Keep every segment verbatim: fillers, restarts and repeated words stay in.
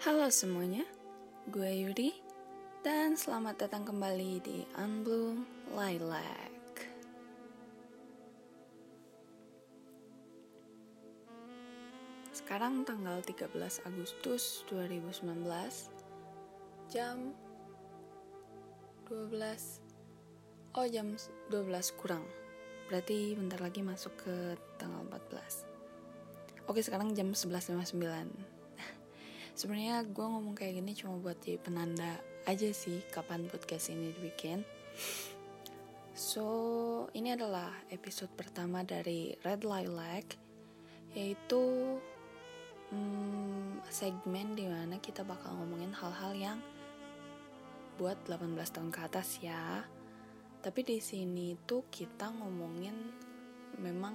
Halo semuanya, gue Yuri dan selamat datang kembali di Unbloom Lilac. Sekarang tanggal tiga belas Agustus dua ribu sembilan belas, jam dua belas, oh jam dua belas kurang, berarti bentar lagi masuk ke tanggal empat belas. Oke, sekarang jam sebelas lewat sembilan. Sebenarnya gue ngomong kayak gini cuma buat jadi penanda aja sih kapan podcast ini dibikin. So, ini adalah episode pertama dari Red Lilac, yaitu hmm, segmen dimana kita bakal ngomongin hal-hal yang buat delapan belas tahun ke atas ya. Tapi di sini tuh kita ngomongin memang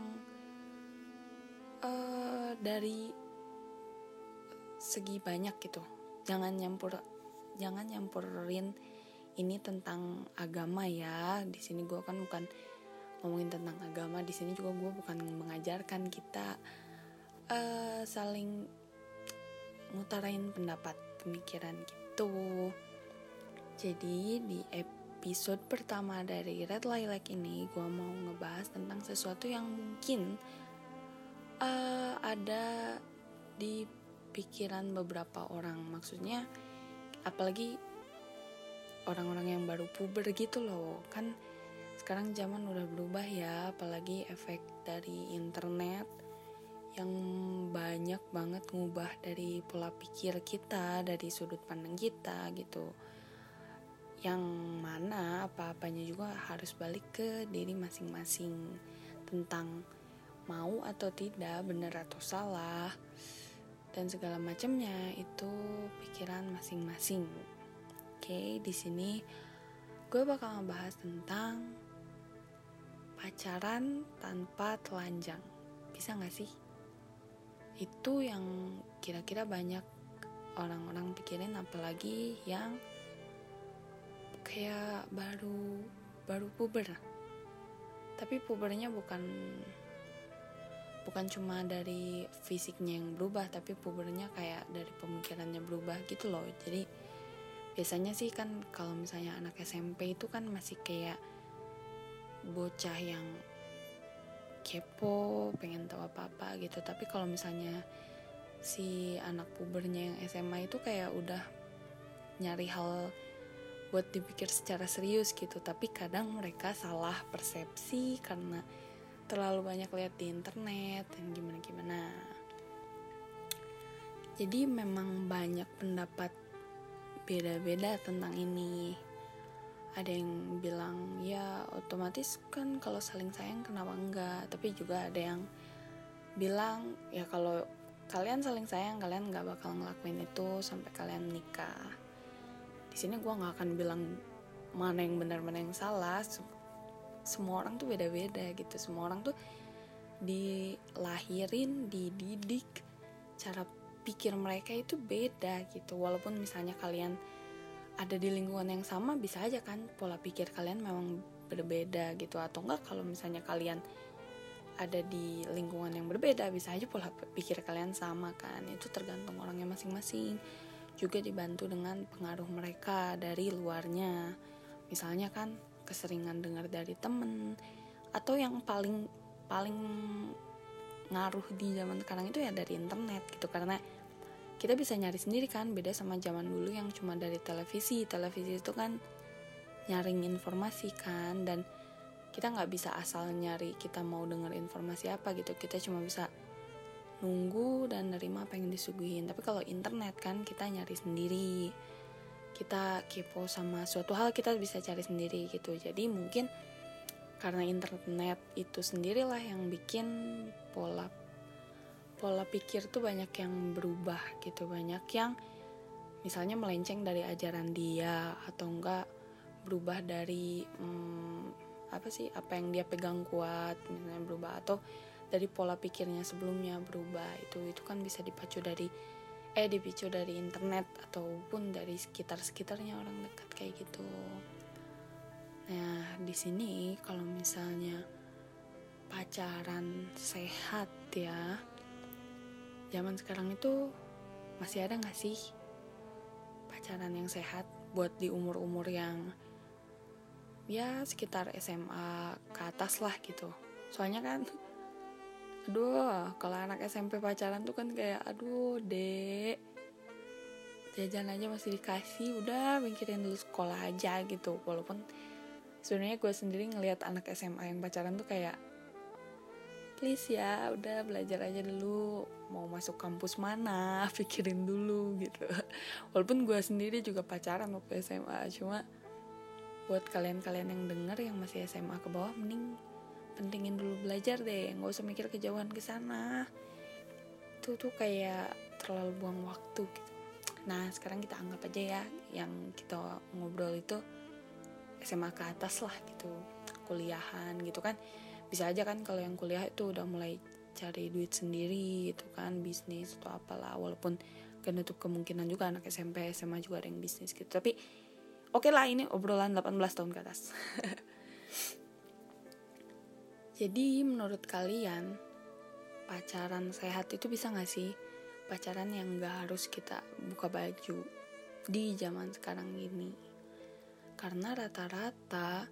uh, dari segi banyak gitu. Jangan nyampur jangan nyampurin ini tentang agama ya. Di sini gue kan bukan ngomongin tentang agama. Di sini juga gue bukan mengajarkan kita uh, saling ngutarain pendapat, pemikiran gitu. Jadi di episode pertama dari Red Lilac ini gue mau ngebahas tentang sesuatu yang mungkin uh, ada di pikiran beberapa orang. Maksudnya apalagi orang-orang yang baru puber gitu loh. Kan sekarang zaman udah berubah ya, apalagi efek dari internet yang banyak banget ngubah dari pola pikir kita, dari sudut pandang kita gitu. Yang mana apa-apanya juga harus balik ke diri masing-masing tentang mau atau tidak, benar atau salah, dan segala macamnya itu pikiran masing-masing. Oke, di sini gue bakal ngebahas tentang pacaran tanpa telanjang. Bisa nggak sih? Itu yang kira-kira banyak orang-orang pikirin, apalagi yang kayak baru baru puber. Tapi pubernya bukan bukan cuma dari fisiknya yang berubah, tapi pubernya kayak dari pemikirannya berubah gitu loh. Jadi biasanya sih kan kalau misalnya anak S M P itu kan masih kayak bocah yang kepo, pengen tahu apa-apa gitu. Tapi kalau misalnya si anak pubernya yang S M A itu kayak udah nyari hal buat dipikir secara serius gitu. Tapi kadang mereka salah persepsi karena terlalu banyak lihat di internet dan gimana-gimana. Jadi memang banyak pendapat beda-beda tentang ini. Ada yang bilang ya otomatis kan kalau saling sayang kenapa enggak. Tapi juga ada yang bilang ya kalau kalian saling sayang kalian nggak bakal ngelakuin itu sampai kalian nikah. Di sini gue nggak akan bilang mana yang benar mana yang salah. Semua orang tuh beda-beda gitu. Semua orang tuh dilahirin, dididik, cara pikir mereka itu beda gitu. Walaupun misalnya kalian ada di lingkungan yang sama, bisa aja kan pola pikir kalian memang berbeda gitu. Atau enggak kalau misalnya kalian ada di lingkungan yang berbeda, bisa aja pola pikir kalian sama kan. Itu tergantung orangnya masing-masing. Juga dibantu dengan pengaruh mereka dari luarnya. Misalnya kan keseringan dengar dari temen, atau yang paling paling ngaruh di zaman sekarang itu ya dari internet gitu. Karena kita bisa nyari sendiri kan, beda sama zaman dulu yang cuma dari televisi. Televisi itu kan nyaring informasi kan, dan kita nggak bisa asal nyari kita mau denger informasi apa gitu. Kita cuma bisa nunggu dan nerima apa yang disuguhin. Tapi kalau internet kan kita nyari sendiri, kita kepo sama suatu hal kita bisa cari sendiri gitu. Jadi mungkin karena internet itu sendirilah yang bikin pola pola pikir tuh banyak yang berubah gitu. Banyak yang misalnya melenceng dari ajaran dia, atau enggak berubah dari hmm, apa sih apa yang dia pegang kuat misalnya berubah, atau dari pola pikirnya sebelumnya berubah. Itu itu kan bisa dipacu dari eh dipicu dari internet ataupun dari sekitar-sekitarnya orang dekat kayak gitu. Nah, di sini kalau misalnya pacaran sehat ya, zaman sekarang itu masih ada nggak sih? pacaran yang sehat buat di umur-umur yang ya sekitar S M A ke atas lah gitu. Soalnya kan aduh, kalau anak S M P pacaran tuh kan kayak aduh dek, jajan aja masih dikasih, udah mikirin dulu sekolah aja gitu. Walaupun sebenarnya gue sendiri ngelihat anak S M A yang pacaran tuh kayak please ya, udah belajar aja dulu, mau masuk kampus mana pikirin dulu gitu. Walaupun gue sendiri juga pacaran waktu S M A, cuma buat kalian-kalian yang denger yang masih S M A ke bawah, mending pentingin dulu belajar deh, nggak usah mikir kejauhan ke sana. Itu tuh kayak terlalu buang waktu gitu. Nah sekarang kita anggap aja ya yang kita ngobrol itu S M A ke atas lah gitu, kuliahan gitu kan. Bisa aja kan kalau yang kuliah itu udah mulai cari duit sendiri gitu kan, bisnis atau apalah. Walaupun kan nutup kemungkinan juga anak S M P S M A juga ada yang bisnis gitu. Tapi oke okay lah, ini obrolan delapan belas tahun ke atas. Jadi menurut kalian pacaran sehat itu bisa gak sih? Pacaran yang gak harus kita buka baju di zaman sekarang ini. Karena rata-rata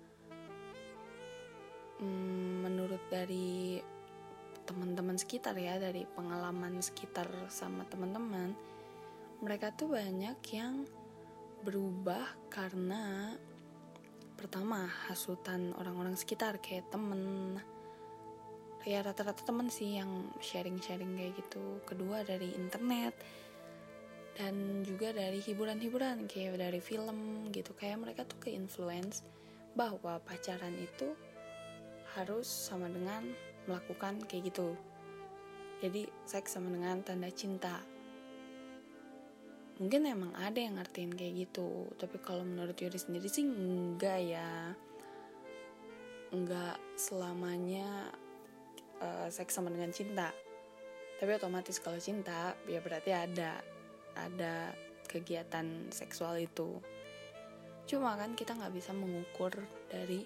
hmm, menurut dari teman-teman sekitar ya, dari pengalaman sekitar sama teman-teman, mereka tuh banyak yang berubah karena pertama hasutan orang-orang sekitar kayak temen, ya rata-rata temen sih yang sharing-sharing kayak gitu. Kedua dari internet, dan juga dari hiburan-hiburan kayak dari film gitu. Kayak mereka tuh ke-influence bahwa pacaran itu harus sama dengan melakukan kayak gitu. Jadi seks sama dengan tanda cinta. Mungkin emang ada yang ngertiin kayak gitu, tapi kalau menurut Yuri sendiri sih enggak ya. Enggak selamanya uh, seks sama dengan cinta. Tapi otomatis kalau cinta ya berarti ada ada kegiatan seksual itu. Cuma kan kita nggak bisa mengukur dari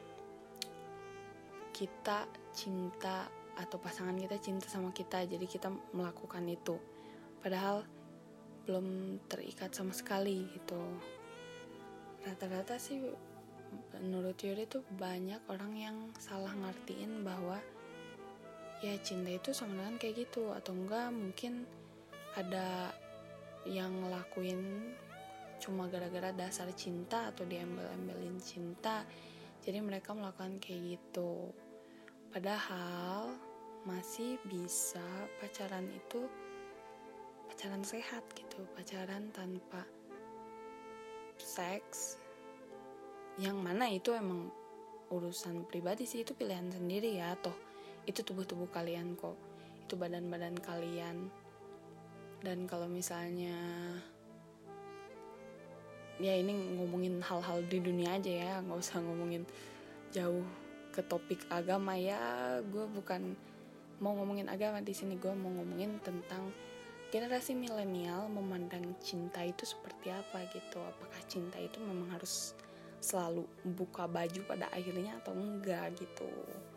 kita cinta atau pasangan kita cinta sama kita, jadi kita melakukan itu padahal belum terikat sama sekali gitu. Rata-rata sih menurut Yuri tuh banyak orang yang salah ngertiin bahwa ya cinta itu sama dengan kayak gitu, atau enggak mungkin ada yang ngelakuin cuma gara-gara dasar cinta atau diembel-embelin cinta, jadi mereka melakukan kayak gitu. Padahal masih bisa pacaran itu pacaran sehat gitu, pacaran tanpa seks, yang mana itu emang urusan pribadi sih, itu pilihan sendiri ya, toh itu tubuh-tubuh kalian kok, itu badan-badan kalian. Dan kalau misalnya ya ini ngomongin hal-hal di dunia aja ya, nggak usah ngomongin jauh ke topik agama ya. Gue bukan mau ngomongin agama di sini, gue mau ngomongin tentang generasi milenial memandang cinta itu seperti apa gitu. Apakah cinta itu memang harus selalu buka baju pada akhirnya atau enggak gitu.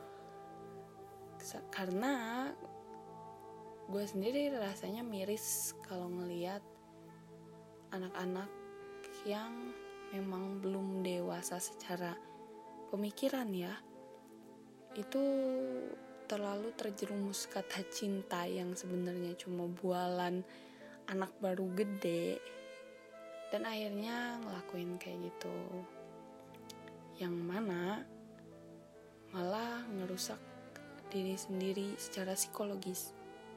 Karena gue sendiri rasanya miris kalau ngelihat anak-anak yang memang belum dewasa secara pemikiran ya, itu terlalu terjerumus kata cinta yang sebenarnya cuma bualan anak baru gede, dan akhirnya ngelakuin kayak gitu, yang mana malah ngerusak diri sendiri secara psikologis.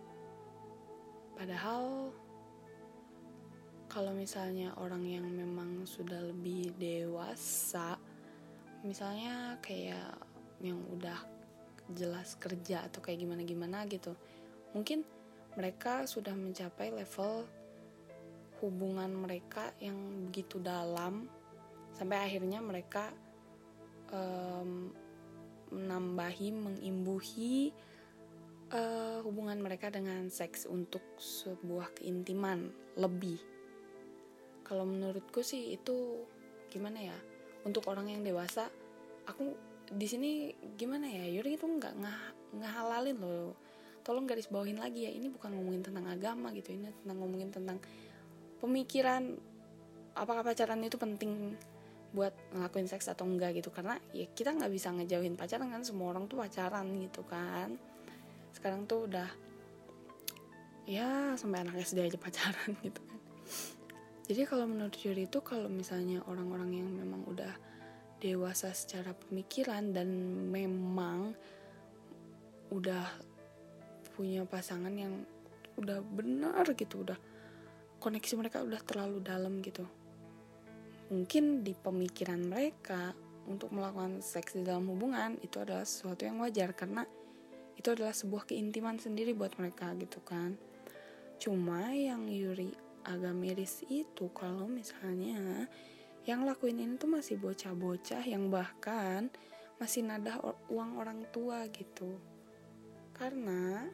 Padahal kalau misalnya orang yang memang sudah lebih dewasa, misalnya kayak yang udah jelas kerja atau kayak gimana-gimana gitu, mungkin mereka sudah mencapai level hubungan mereka yang begitu dalam sampai akhirnya mereka um, menambahi, mengimbuhi uh, hubungan mereka dengan seks untuk sebuah keintiman lebih. Kalau menurutku sih itu gimana ya, untuk orang yang dewasa. Aku di sini gimana ya, Yuri itu nggak ngehalalin loh, tolong garis bawahin lagi ya, ini bukan ngomongin tentang agama gitu, ini tentang ngomongin tentang pemikiran apakah pacaran itu penting buat ngelakuin seks atau enggak gitu, karena ya kita nggak bisa ngejauhin pacaran kan, semua orang tuh pacaran gitu kan. Sekarang tuh udah ya sampai anak S D aja pacaran gitu kan. Jadi kalau menurut Yuri itu, kalau misalnya orang-orang yang memang udah dewasa secara pemikiran dan memang udah punya pasangan yang udah benar gitu, udah koneksi mereka udah terlalu dalam gitu, mungkin di pemikiran mereka untuk melakukan seks di dalam hubungan itu adalah sesuatu yang wajar, karena itu adalah sebuah keintiman sendiri buat mereka gitu kan. Cuma yang Yuri agak miris itu kalau misalnya yang lakuin ini tuh masih bocah-bocah yang bahkan masih nadah uang orang tua gitu. Karena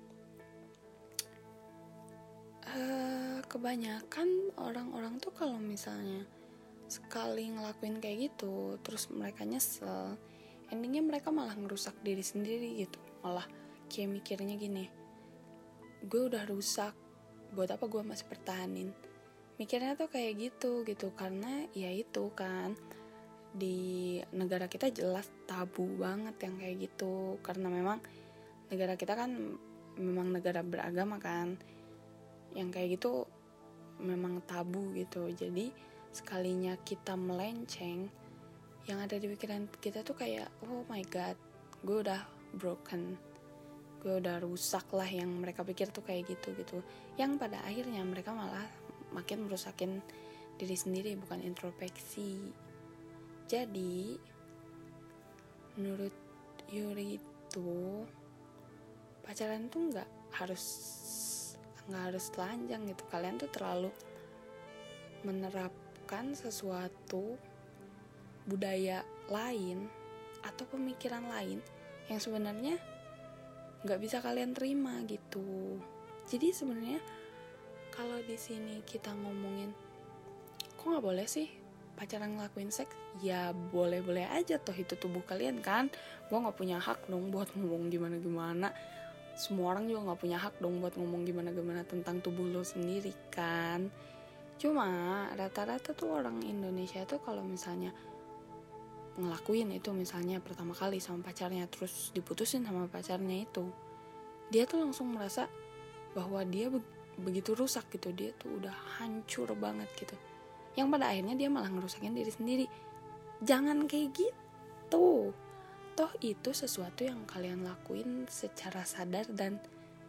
uh, kebanyakan orang-orang tuh kalau misalnya sekali ngelakuin kayak gitu terus mereka nyesel, endingnya mereka malah ngerusak diri sendiri gitu. Malah kayak mikirnya gini, gue udah rusak, buat apa gue masih pertahanin. Mikirnya tuh kayak gitu gitu, karena ya itu kan di negara kita jelas tabu banget yang kayak gitu, karena memang negara kita kan memang negara beragama kan, yang kayak gitu memang tabu gitu. Jadi sekalinya kita melenceng, yang ada di pikiran kita tuh kayak oh my god, gue udah broken, gue udah rusak lah, yang mereka pikir tuh kayak gitu gitu, yang pada akhirnya mereka malah makin merusakin diri sendiri, bukan introspeksi. Jadi menurut Yuri itu pacaran tuh nggak harus nggak harus telanjang gitu. Kalian tuh terlalu menerapkan sesuatu budaya lain atau pemikiran lain yang sebenarnya nggak bisa kalian terima gitu. Jadi sebenarnya kalau di sini kita ngomongin kok nggak boleh sih pacaran ngelakuin seks, ya boleh-boleh aja, toh itu tubuh kalian kan. Gue nggak punya hak dong buat ngomong gimana-gimana. Semua orang juga nggak punya hak dong buat ngomong gimana-gimana tentang tubuh lo sendiri kan. Cuma rata-rata tuh orang Indonesia tuh kalau misalnya ngelakuin itu, misalnya pertama kali sama pacarnya terus diputusin sama pacarnya itu, dia tuh langsung merasa bahwa dia be- begitu rusak gitu, dia tuh udah hancur banget gitu, yang pada akhirnya dia malah ngerusakin diri sendiri. Jangan kayak gitu, toh itu sesuatu yang kalian lakuin secara sadar dan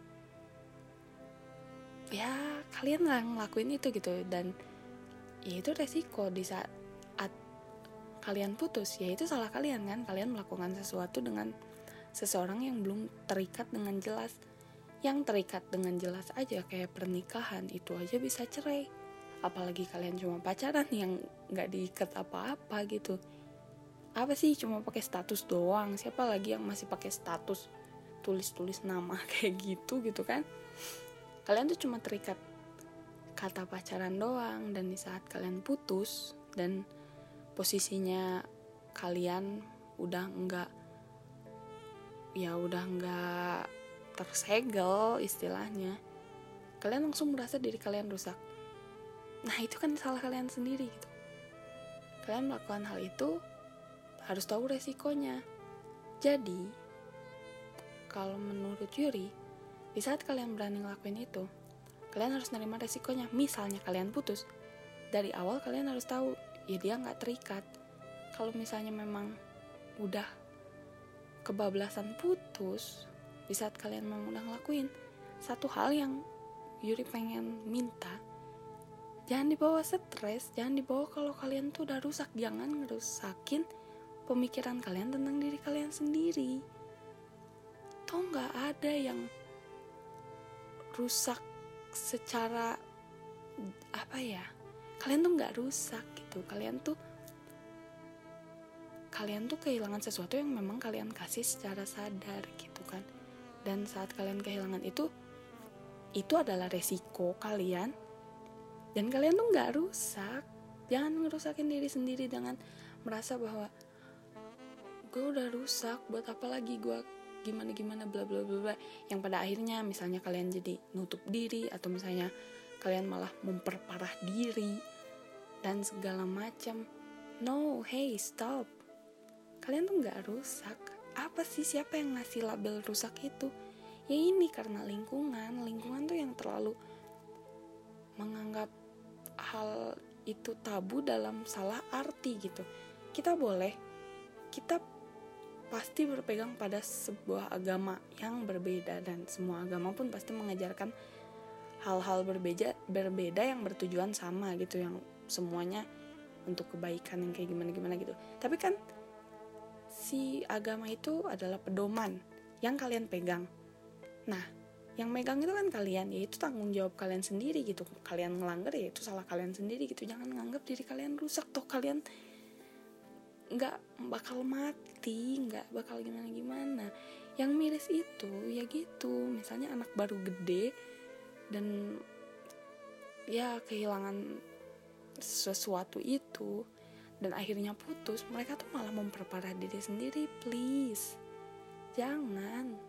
ya kalian nggak ngelakuin itu gitu, dan ya itu resiko di saat kalian putus, ya itu salah kalian kan. Kalian melakukan sesuatu dengan seseorang yang belum terikat dengan jelas. Yang terikat dengan jelas aja kayak pernikahan itu aja bisa cerai, apalagi kalian cuma pacaran yang gak diikat apa-apa gitu. Apa sih cuma pakai status doang, siapa lagi yang masih pakai status tulis-tulis nama kayak gitu gitu kan. Kalian tuh cuma terikat kata pacaran doang, dan di saat kalian putus dan posisinya kalian udah enggak, ya udah enggak tersegel istilahnya, kalian langsung merasa diri kalian rusak. Nah itu kan salah kalian sendiri gitu. Kalian melakukan hal itu harus tahu resikonya. Jadi kalau menurut Yuri, di saat kalian berani ngelakuin itu, kalian harus nerima resikonya. Misalnya kalian putus, dari awal kalian harus tahu ya dia gak terikat. Kalau misalnya memang udah kebablasan putus, di saat kalian memang udah ngelakuin, satu hal yang Yuri pengen minta, jangan dibawa stres, jangan dibawa kalau kalian tuh udah rusak. Jangan ngerusakin pemikiran kalian tentang diri kalian sendiri. Toh gak ada yang rusak secara apa ya, kalian tuh gak rusak gitu. Kalian tuh Kalian tuh kehilangan sesuatu yang memang kalian kasih secara sadar gitu kan. Dan saat kalian kehilangan itu, itu adalah resiko kalian, dan kalian tuh gak rusak. Jangan ngerusakin diri sendiri dengan merasa bahwa gue udah rusak, buat apa lagi gue gimana-gimana bla bla bla bla, yang pada akhirnya misalnya kalian jadi nutup diri, atau misalnya kalian malah memperparah diri. dan segala macam. No, hey, stop. Kalian tuh nggak rusak. Apa sih, siapa yang ngasih label rusak itu? Ya ini karena lingkungan. Lingkungan tuh yang terlalu menganggap hal itu tabu dalam salah arti gitu. Kita boleh, kita pasti berpegang pada sebuah agama yang berbeda, dan semua agama pun pasti mengajarkan hal-hal berbeda berbeda yang bertujuan sama gitu, yang semuanya untuk kebaikan yang kayak gimana-gimana gitu. Tapi kan si agama itu adalah pedoman yang kalian pegang. Nah, yang megang itu kan kalian, ya itu tanggung jawab kalian sendiri gitu. Kalian ngelanggar ya itu salah kalian sendiri gitu. Jangan nganggap diri kalian rusak, toh kalian nggak bakal mati, nggak bakal gimana-gimana. Yang miris itu ya gitu, misalnya anak baru gede dan ya kehilangan sesuatu itu dan akhirnya putus, mereka tuh malah memperparah diri sendiri. Please, jangan.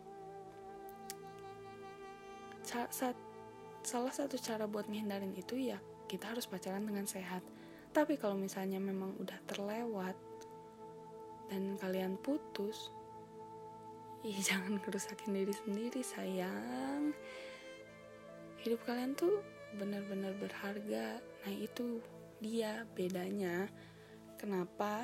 Sa- sa- salah satu cara buat ngehindarin itu ya kita harus pacaran dengan sehat. Tapi kalau misalnya memang udah terlewat dan kalian putus, ya jangan kerusakin diri sendiri, sayang. Hidup kalian tuh benar-benar berharga. Nah itu dia bedanya kenapa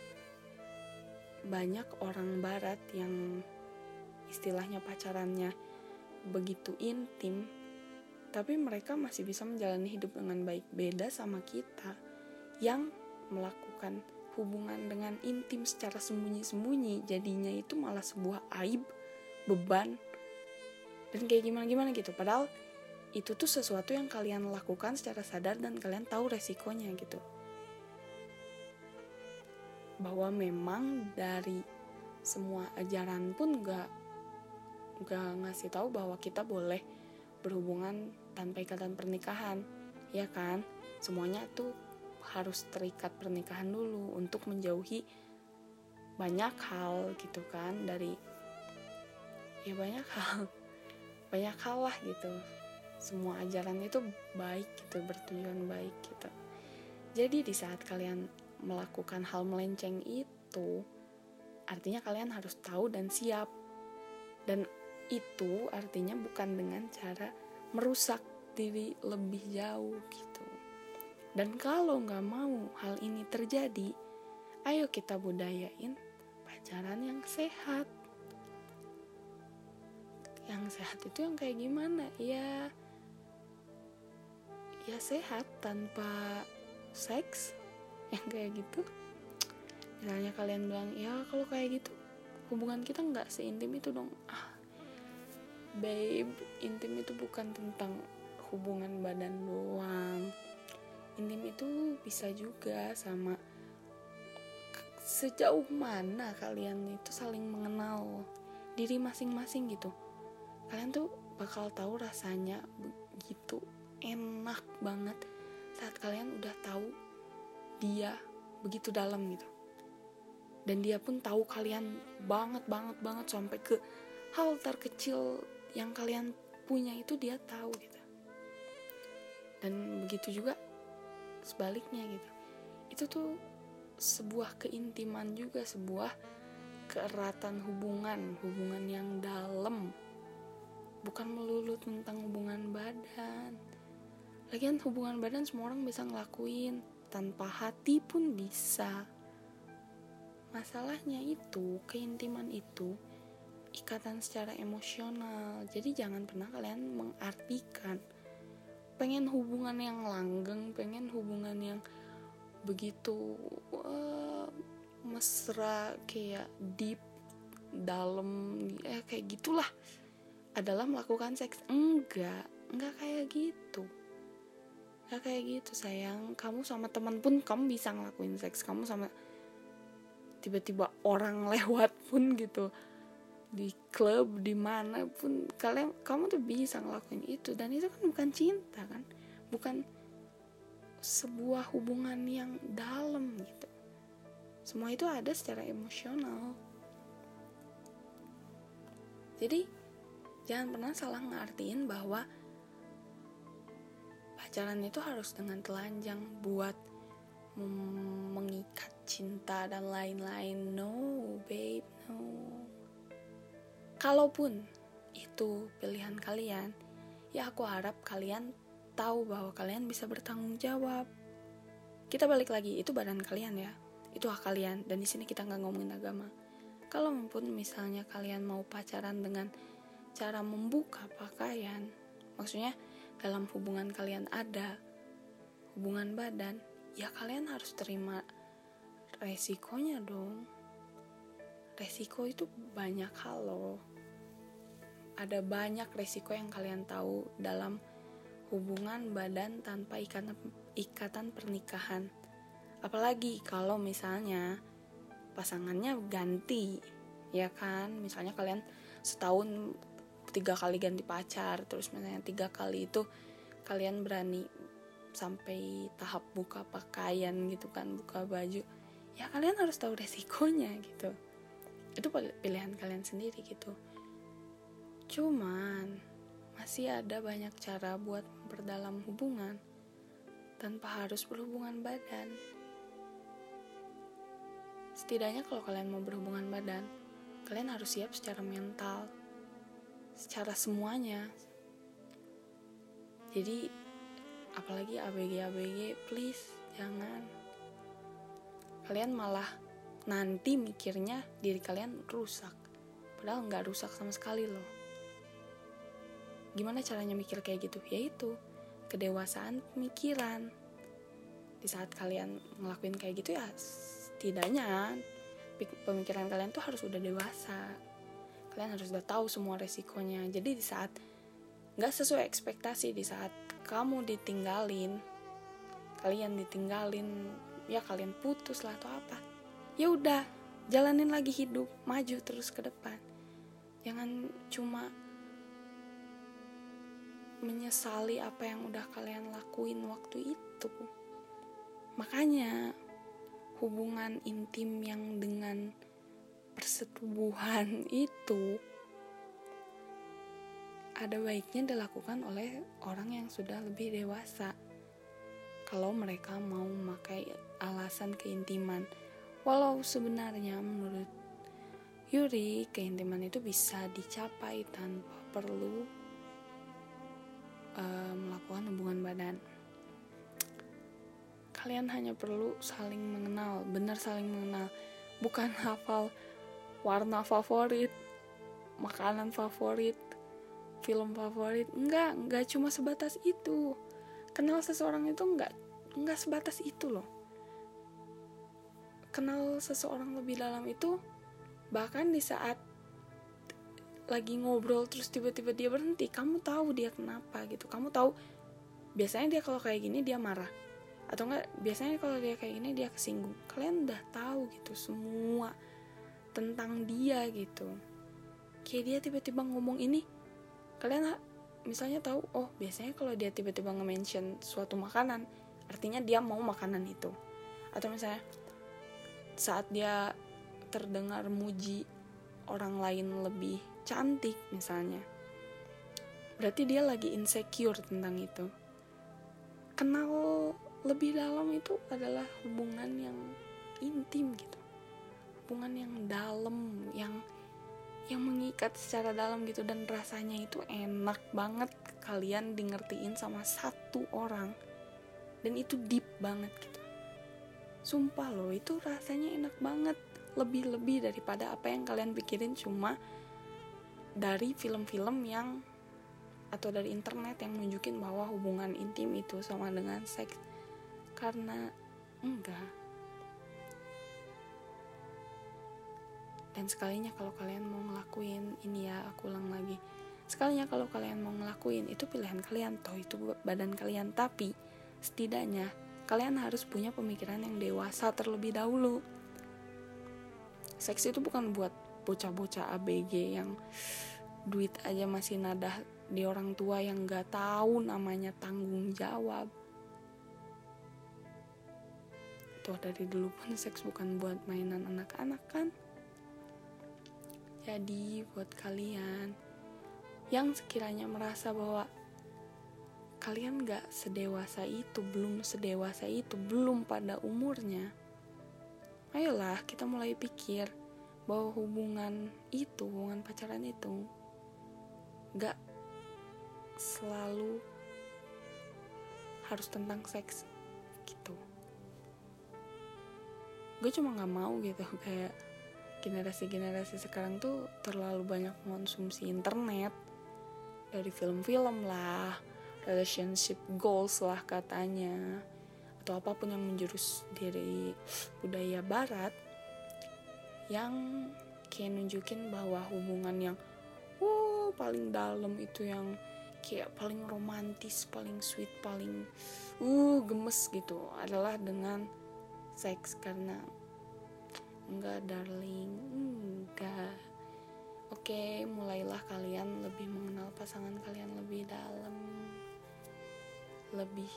banyak orang barat yang istilahnya pacarannya begitu intim, tapi mereka masih bisa menjalani hidup dengan baik. Beda sama kita yang melakukan hubungan dengan intim secara sembunyi-sembunyi, jadinya itu malah sebuah aib, beban, dan kayak gimana-gimana gitu. Padahal itu tuh sesuatu yang kalian lakukan secara sadar dan kalian tahu resikonya gitu. Bahwa memang dari semua ajaran pun gak, gak ngasih tahu bahwa kita boleh berhubungan tanpa ikatan pernikahan, ya kan? Semuanya tuh harus terikat pernikahan dulu untuk menjauhi banyak hal gitu kan, dari ya banyak hal, banyak hal lah gitu. Semua ajaran itu baik gitu, bertujuan baik gitu. Jadi di saat kalian melakukan hal melenceng itu, artinya kalian harus tahu dan siap. Dan itu artinya bukan dengan cara merusak diri lebih jauh gitu. Dan kalau gak mau hal ini terjadi, ayo kita budayain pacaran yang sehat. Yang sehat itu yang kayak gimana? Ya ya sehat tanpa seks, yang kayak gitu. Misalnya kalian bilang, ya kalau kayak gitu hubungan kita nggak seintim itu dong. Ah, babe, intim itu bukan tentang hubungan badan doang. Intim itu bisa juga sama sejauh mana kalian itu saling mengenal diri masing-masing gitu. Kalian tuh bakal tahu rasanya begitu enak banget saat kalian udah tahu dia begitu dalam gitu, dan dia pun tahu kalian banget banget banget sampai ke hal terkecil yang kalian punya itu dia tahu gitu. Dan begitu juga sebaliknya gitu. Itu tuh sebuah keintiman juga, sebuah keeratan hubungan, hubungan yang dalam, bukan melulu tentang hubungan badan. Lagian hubungan badan semua orang bisa ngelakuin, tanpa hati pun bisa. Masalahnya itu, keintiman itu ikatan secara emosional. Jadi jangan pernah kalian mengartikan pengen hubungan yang langgeng, pengen hubungan yang begitu uh, mesra, kayak deep, dalam, ya kayak gitulah, adalah melakukan seks. Enggak, enggak kayak gitu. Gak kayak gitu sayang. Kamu sama teman pun kamu bisa ngelakuin seks. Kamu sama tiba-tiba orang lewat pun gitu, di klub, di mana pun kalian, kamu tuh bisa ngelakuin itu. Dan itu kan bukan cinta kan, bukan sebuah hubungan yang dalam gitu. Semua itu ada secara emosional. Jadi jangan pernah salah ngartiin bahwa pacaran itu harus dengan telanjang buat mem- mengikat cinta dan lain-lain. No babe, no. Kalaupun itu pilihan kalian, ya aku harap kalian tahu bahwa kalian bisa bertanggung jawab. Kita balik lagi, itu badan kalian ya, itu hak kalian. Dan di sini kita nggak ngomongin agama. Kalau pun misalnya kalian mau pacaran dengan cara membuka pakaian, maksudnya dalam hubungan kalian ada hubungan badan, ya kalian harus terima resikonya dong. Resiko itu banyak hal loh. Ada banyak resiko yang kalian tahu dalam hubungan badan tanpa ikatan, ikatan pernikahan. Apalagi kalau misalnya pasangannya ganti, ya kan? Misalnya kalian setahun tiga kali ganti pacar, terus misalnya tiga kali itu kalian berani sampai tahap buka pakaian gitu kan, buka baju, ya kalian harus tahu resikonya gitu. Itu pilihan kalian sendiri gitu. Cuman masih ada banyak cara buat memperdalam hubungan tanpa harus berhubungan badan. Setidaknya kalau kalian mau berhubungan badan, kalian harus siap secara mental, secara semuanya. Jadi apalagi A B G A B G, please jangan. Kalian malah nanti mikirnya diri kalian rusak, padahal nggak rusak sama sekali loh. Gimana caranya mikir kayak gitu? Yaitu kedewasaan pemikiran. Di saat kalian ngelakuin kayak gitu ya, setidaknya pemikiran kalian tuh harus udah dewasa. Kalian harus udah tahu semua resikonya. Jadi di saat nggak sesuai ekspektasi, di saat kamu ditinggalin, kalian ditinggalin, ya kalian putus lah atau apa, ya udah jalanin lagi hidup, maju terus ke depan. Jangan cuma menyesali apa yang udah kalian lakuin waktu itu. Makanya hubungan intim yang dengan persetubuhan itu ada baiknya dilakukan oleh orang yang sudah lebih dewasa. Kalau mereka mau memakai alasan keintiman, walau sebenarnya menurut Yuri keintiman itu bisa dicapai tanpa perlu uh, melakukan hubungan badan. Kalian hanya perlu saling mengenal, benar saling mengenal, bukan hafal warna favorit, makanan favorit, film favorit. Enggak, enggak cuma sebatas itu. Kenal seseorang itu enggak enggak sebatas itu loh. Kenal seseorang lebih dalam itu bahkan di saat lagi ngobrol terus tiba-tiba dia berhenti, kamu tahu dia kenapa gitu. Kamu tahu biasanya dia kalau kayak gini dia marah, atau enggak biasanya kalau dia kayak gini dia kesinggung. Kalian udah tahu gitu semua tentang dia gitu. Kayak dia tiba-tiba ngomong ini, kalian misalnya tahu, oh biasanya kalau dia tiba-tiba nge-mention suatu makanan, artinya dia mau makanan itu. Atau misalnya saat dia terdengar muji orang lain lebih cantik misalnya, berarti dia lagi insecure tentang itu. Kenal lebih dalam itu adalah hubungan yang intim gitu, hubungan yang dalam, yang yang mengikat secara dalam gitu. Dan rasanya itu enak banget kalian di ngertiin sama satu orang, dan itu deep banget gitu. Sumpah loh, itu rasanya enak banget, lebih-lebih daripada apa yang kalian pikirin cuma dari film-film yang atau dari internet yang nunjukin bahwa hubungan intim itu sama dengan seks. Karena enggak. Dan sekalinya kalau kalian mau ngelakuin ini, ya aku ulang lagi, sekalinya kalau kalian mau ngelakuin itu pilihan kalian, toh itu badan kalian. Tapi setidaknya kalian harus punya pemikiran yang dewasa terlebih dahulu. Seks itu bukan buat bocah-bocah A B G yang duit aja masih nadah di orang tua, yang gak tahu namanya tanggung jawab. Toh dari dulu pun seks bukan buat mainan anak-anak kan. Jadi buat kalian yang sekiranya merasa bahwa kalian gak sedewasa itu, belum sedewasa itu, belum pada umurnya. Ayolah kita mulai pikir bahwa hubungan itu, hubungan pacaran itu gak selalu harus tentang seks gitu. Gue cuma gak mau gitu, kayak generasi-generasi sekarang tuh terlalu banyak mengonsumsi internet, dari film-film lah, relationship goals lah katanya, atau apapun yang menjurus dari budaya barat yang kayak nunjukin bahwa hubungan yang wow paling dalam itu, yang kayak paling romantis, paling sweet, paling uh gemes gitu adalah dengan seks. Karena enggak darling, enggak. Oke, mulailah kalian lebih mengenal pasangan kalian lebih dalam, lebih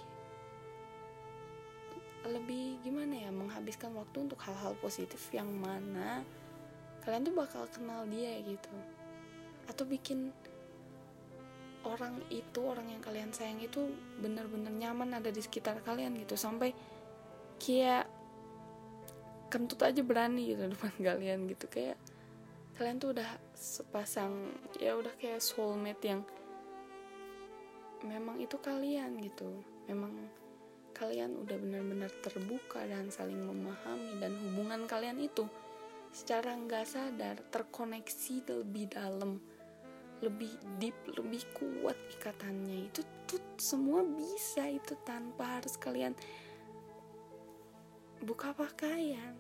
lebih gimana ya, menghabiskan waktu untuk hal-hal positif yang mana kalian tuh bakal kenal dia gitu, atau bikin orang itu, orang yang kalian sayang itu benar-benar nyaman ada di sekitar kalian gitu, sampai kayak kentut aja berani gitu depan kalian gitu, kayak kalian tuh udah sepasang, ya udah kayak soulmate yang memang itu kalian gitu, memang kalian udah benar-benar terbuka dan saling memahami, dan hubungan kalian itu secara nggak sadar terkoneksi lebih dalam, lebih deep, lebih kuat ikatannya. Itu tuh semua bisa itu tanpa harus kalian buka pakaian.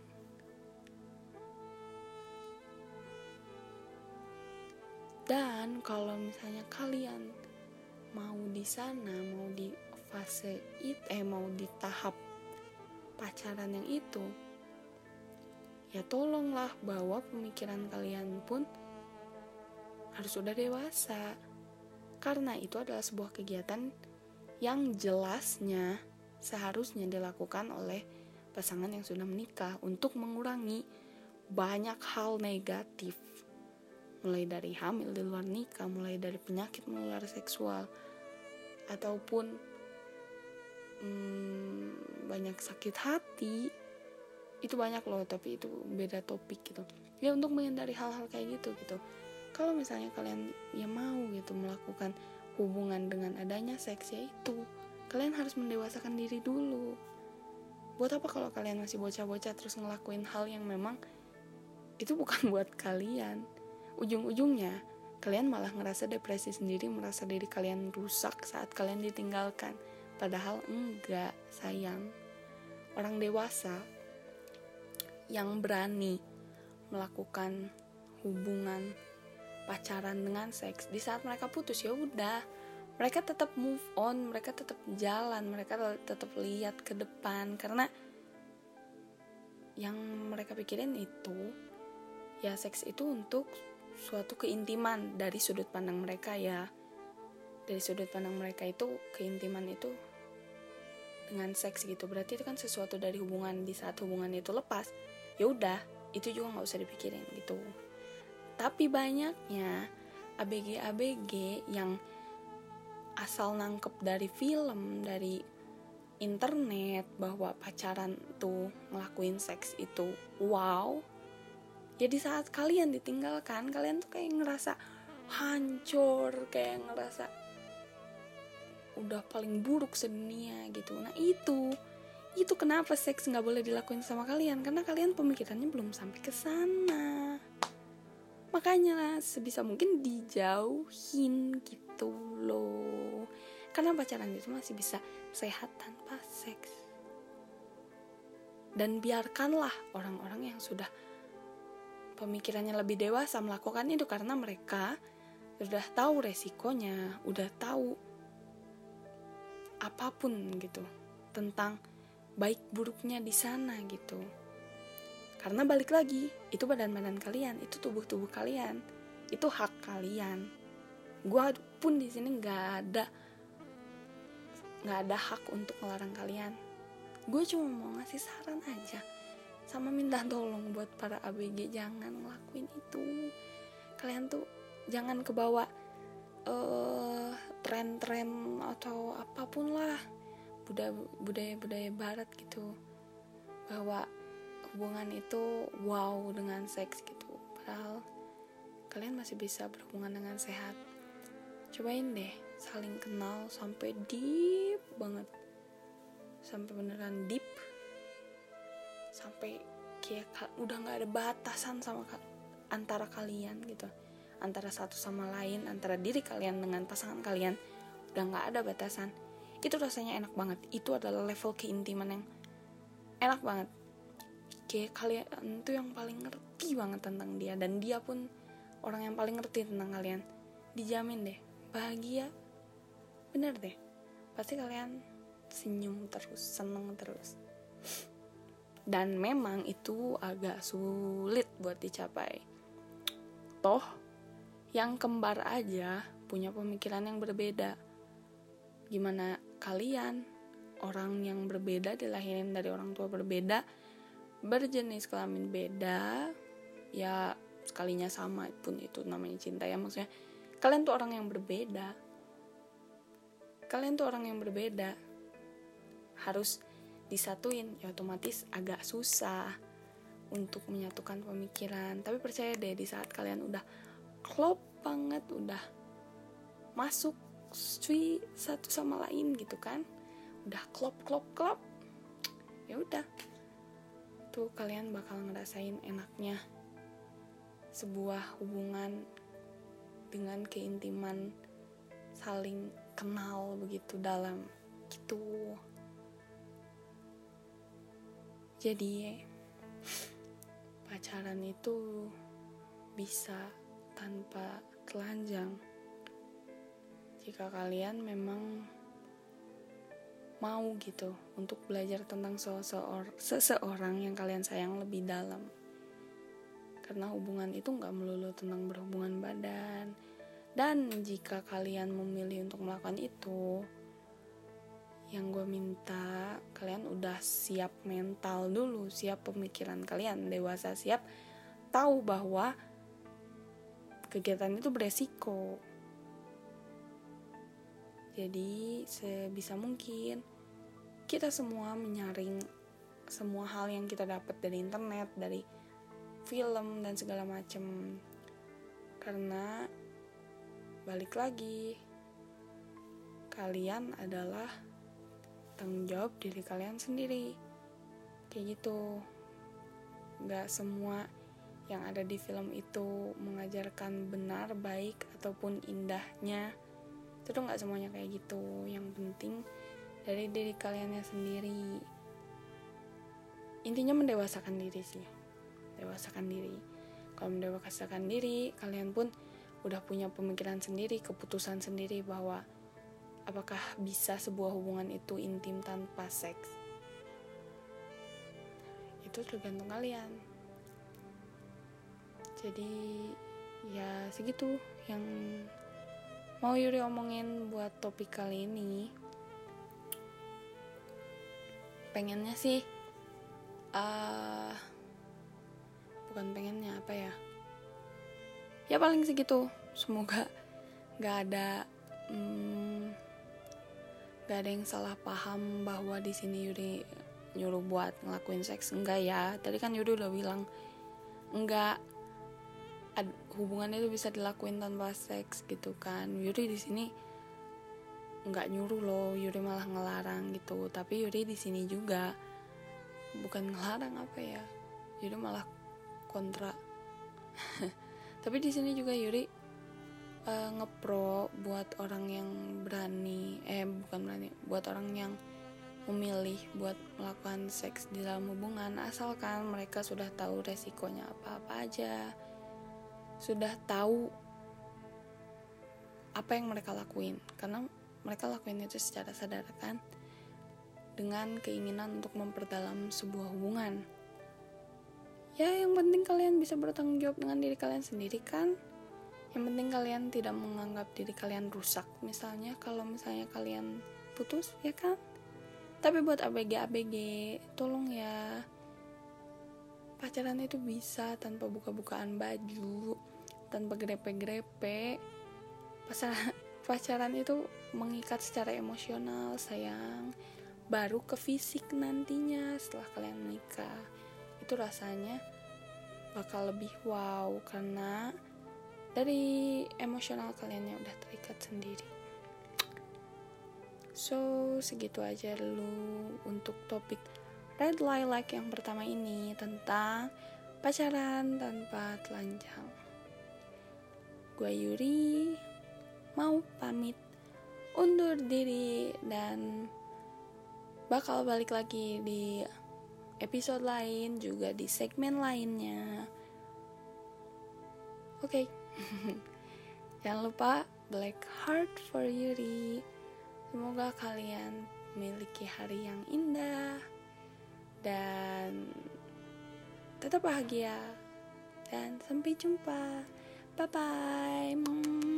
Dan kalau misalnya kalian mau di sana, mau di fase itu, eh mau di tahap pacaran yang itu, ya tolonglah bawa pemikiran kalian pun harus sudah dewasa, karena itu adalah sebuah kegiatan yang jelasnya seharusnya dilakukan oleh pasangan yang sudah menikah untuk mengurangi banyak hal negatif, mulai dari hamil di luar nikah, mulai dari penyakit menular seksual, ataupun hmm, banyak sakit hati. Itu banyak loh, tapi itu beda topik gitu ya, untuk menghindari hal-hal kayak gitu gitu. Kalau misalnya kalian ya mau gitu melakukan hubungan dengan adanya seks, ya itu kalian harus mendewasakan diri dulu. Buat apa kalau kalian masih bocah-bocah terus ngelakuin hal yang memang itu bukan buat kalian? Ujung-ujungnya kalian malah ngerasa depresi sendiri, merasa diri kalian rusak saat kalian ditinggalkan. Padahal enggak, sayang. Orang dewasa yang berani melakukan hubungan pacaran dengan seks, di saat mereka putus ya udah, mereka tetap move on, mereka tetap jalan, mereka tetap lihat ke depan, karena yang mereka pikirin itu ya seks itu untuk suatu keintiman dari sudut pandang mereka ya. Dari sudut pandang mereka itu keintiman itu dengan seks gitu, berarti itu kan sesuatu dari hubungan. Di saat hubungan itu lepas, ya udah, itu juga nggak usah dipikirin gitu. Tapi banyaknya A B G-A B G yang asal nangkep dari film, dari internet bahwa pacaran tuh ngelakuin seks itu wow. Ya di saat kalian ditinggalkan, kalian tuh kayak ngerasa hancur, kayak ngerasa udah paling buruk sedunia gitu. Nah itu itu kenapa seks nggak boleh dilakuin sama kalian, karena kalian pemikirannya belum sampai ke sana. Makanya sebisa mungkin dijauhin gitu loh, karena pacaran itu masih bisa sehat tanpa seks. Dan biarkanlah orang-orang yang sudah pemikirannya lebih dewasa melakukan itu, karena mereka udah tahu resikonya, udah tahu apapun gitu tentang baik buruknya di sana gitu. Karena balik lagi, itu badan-badan kalian, itu tubuh-tubuh kalian, itu hak kalian. Gua pun di sini nggak ada nggak ada hak untuk melarang kalian. Gue cuma mau ngasih saran aja, sama minta tolong buat para A B G, jangan ngelakuin itu. Kalian tuh jangan kebawa uh, tren-tren atau apapun lah, budaya-budaya barat gitu, bahwa hubungan itu wow dengan seks gitu. Padahal kalian masih bisa berhubungan dengan sehat. Cobain deh saling kenal sampai deep banget, sampai beneran deep, sampai kayak udah nggak ada batasan sama antara kalian gitu, antara satu sama lain, antara diri kalian dengan pasangan kalian, udah nggak ada batasan. Itu rasanya enak banget. Itu adalah level keintiman yang enak banget. Kayak kalian tuh yang paling ngerti banget tentang dia, dan dia pun orang yang paling ngerti tentang kalian. Dijamin deh bahagia, bener deh, pasti kalian senyum terus, seneng terus. Dan memang itu agak sulit buat dicapai. Toh yang kembar aja punya pemikiran yang berbeda. Gimana kalian, orang yang berbeda, dilahirin dari orang tua berbeda, berjenis kelamin beda, ya sekalinya sama pun itu namanya cinta ya. Maksudnya kalian tuh orang yang berbeda. Kalian tuh orang yang berbeda. Harus disatuin, ya otomatis agak susah untuk menyatukan pemikiran. Tapi percaya deh, di saat kalian udah klop banget, udah masuk sui satu sama lain gitu kan, udah klop klop klop, ya udah, tuh kalian bakal ngerasain enaknya sebuah hubungan dengan keintiman, saling kenal begitu dalam gitu. Jadi pacaran itu bisa tanpa telanjang jika kalian memang mau gitu untuk belajar tentang seseorang yang kalian sayang lebih dalam. Karena hubungan itu gak melulu tentang berhubungan badan. Dan jika kalian memilih untuk melakukan itu, yang gue minta kalian udah siap mental dulu, siap pemikiran kalian, dewasa, siap tahu bahwa kegiatan itu beresiko. Jadi sebisa mungkin kita semua menyaring semua hal yang kita dapat dari internet, dari film dan segala macam. Karena balik lagi, kalian adalah tanggung jawab diri kalian sendiri. Kayak gitu. Gak semua yang ada di film itu mengajarkan benar, baik, ataupun indahnya. Itu tuh gak semuanya kayak gitu. Yang penting dari diri kaliannya sendiri. Intinya mendewasakan diri sih. Dewasakan diri. Kalau mendewasakan diri, kalian pun udah punya pemikiran sendiri, keputusan sendiri bahwa apakah bisa sebuah hubungan itu intim tanpa seks. Itu tergantung kalian. Jadi ya segitu yang mau Yuri omongin buat topik kali ini. Pengennya sih uh, bukan pengennya apa ya ya paling segitu. Semoga gak ada hmm, gak ada yang salah paham bahwa di sini Yuri nyuruh buat ngelakuin seks. Enggak ya, tadi kan Yuri udah bilang enggak, ad, hubungan itu bisa dilakuin tanpa seks gitu kan. Yuri di sini enggak nyuruh loh, Yuri malah ngelarang gitu. Tapi Yuri di sini juga bukan ngelarang apa ya, Yuri malah kontra. Tapi di sini juga Yuri uh, ngepro buat orang yang berani, eh bukan berani, buat orang yang memilih buat melakukan seks di dalam hubungan, asalkan mereka sudah tahu resikonya apa-apa aja, sudah tahu apa yang mereka lakuin, karena mereka lakuin itu secara sadar kan, dengan keinginan untuk memperdalam sebuah hubungan. Ya yang penting kalian bisa bertanggung jawab dengan diri kalian sendiri kan. Yang penting kalian tidak menganggap diri kalian rusak. Misalnya kalau misalnya kalian putus ya kan. Tapi buat A B G-A B G, tolong ya, pacaran itu bisa tanpa buka-bukaan baju, tanpa grepe-grepe. Pacaran, pacaran itu mengikat secara emosional sayang, baru ke fisik nantinya setelah kalian menikah. Itu rasanya bakal lebih wow karena dari emosional kalian yang udah terikat sendiri. So segitu aja dulu untuk topik Red Lilac yang pertama ini, tentang pacaran tanpa telanjang. Gue Yuri mau pamit undur diri dan bakal balik lagi di episode lain, juga di segmen lainnya. Oke. Okay. Jangan lupa Black Heart for Yuri. Semoga kalian memiliki hari yang indah dan tetap bahagia. Dan sampai jumpa. Bye bye.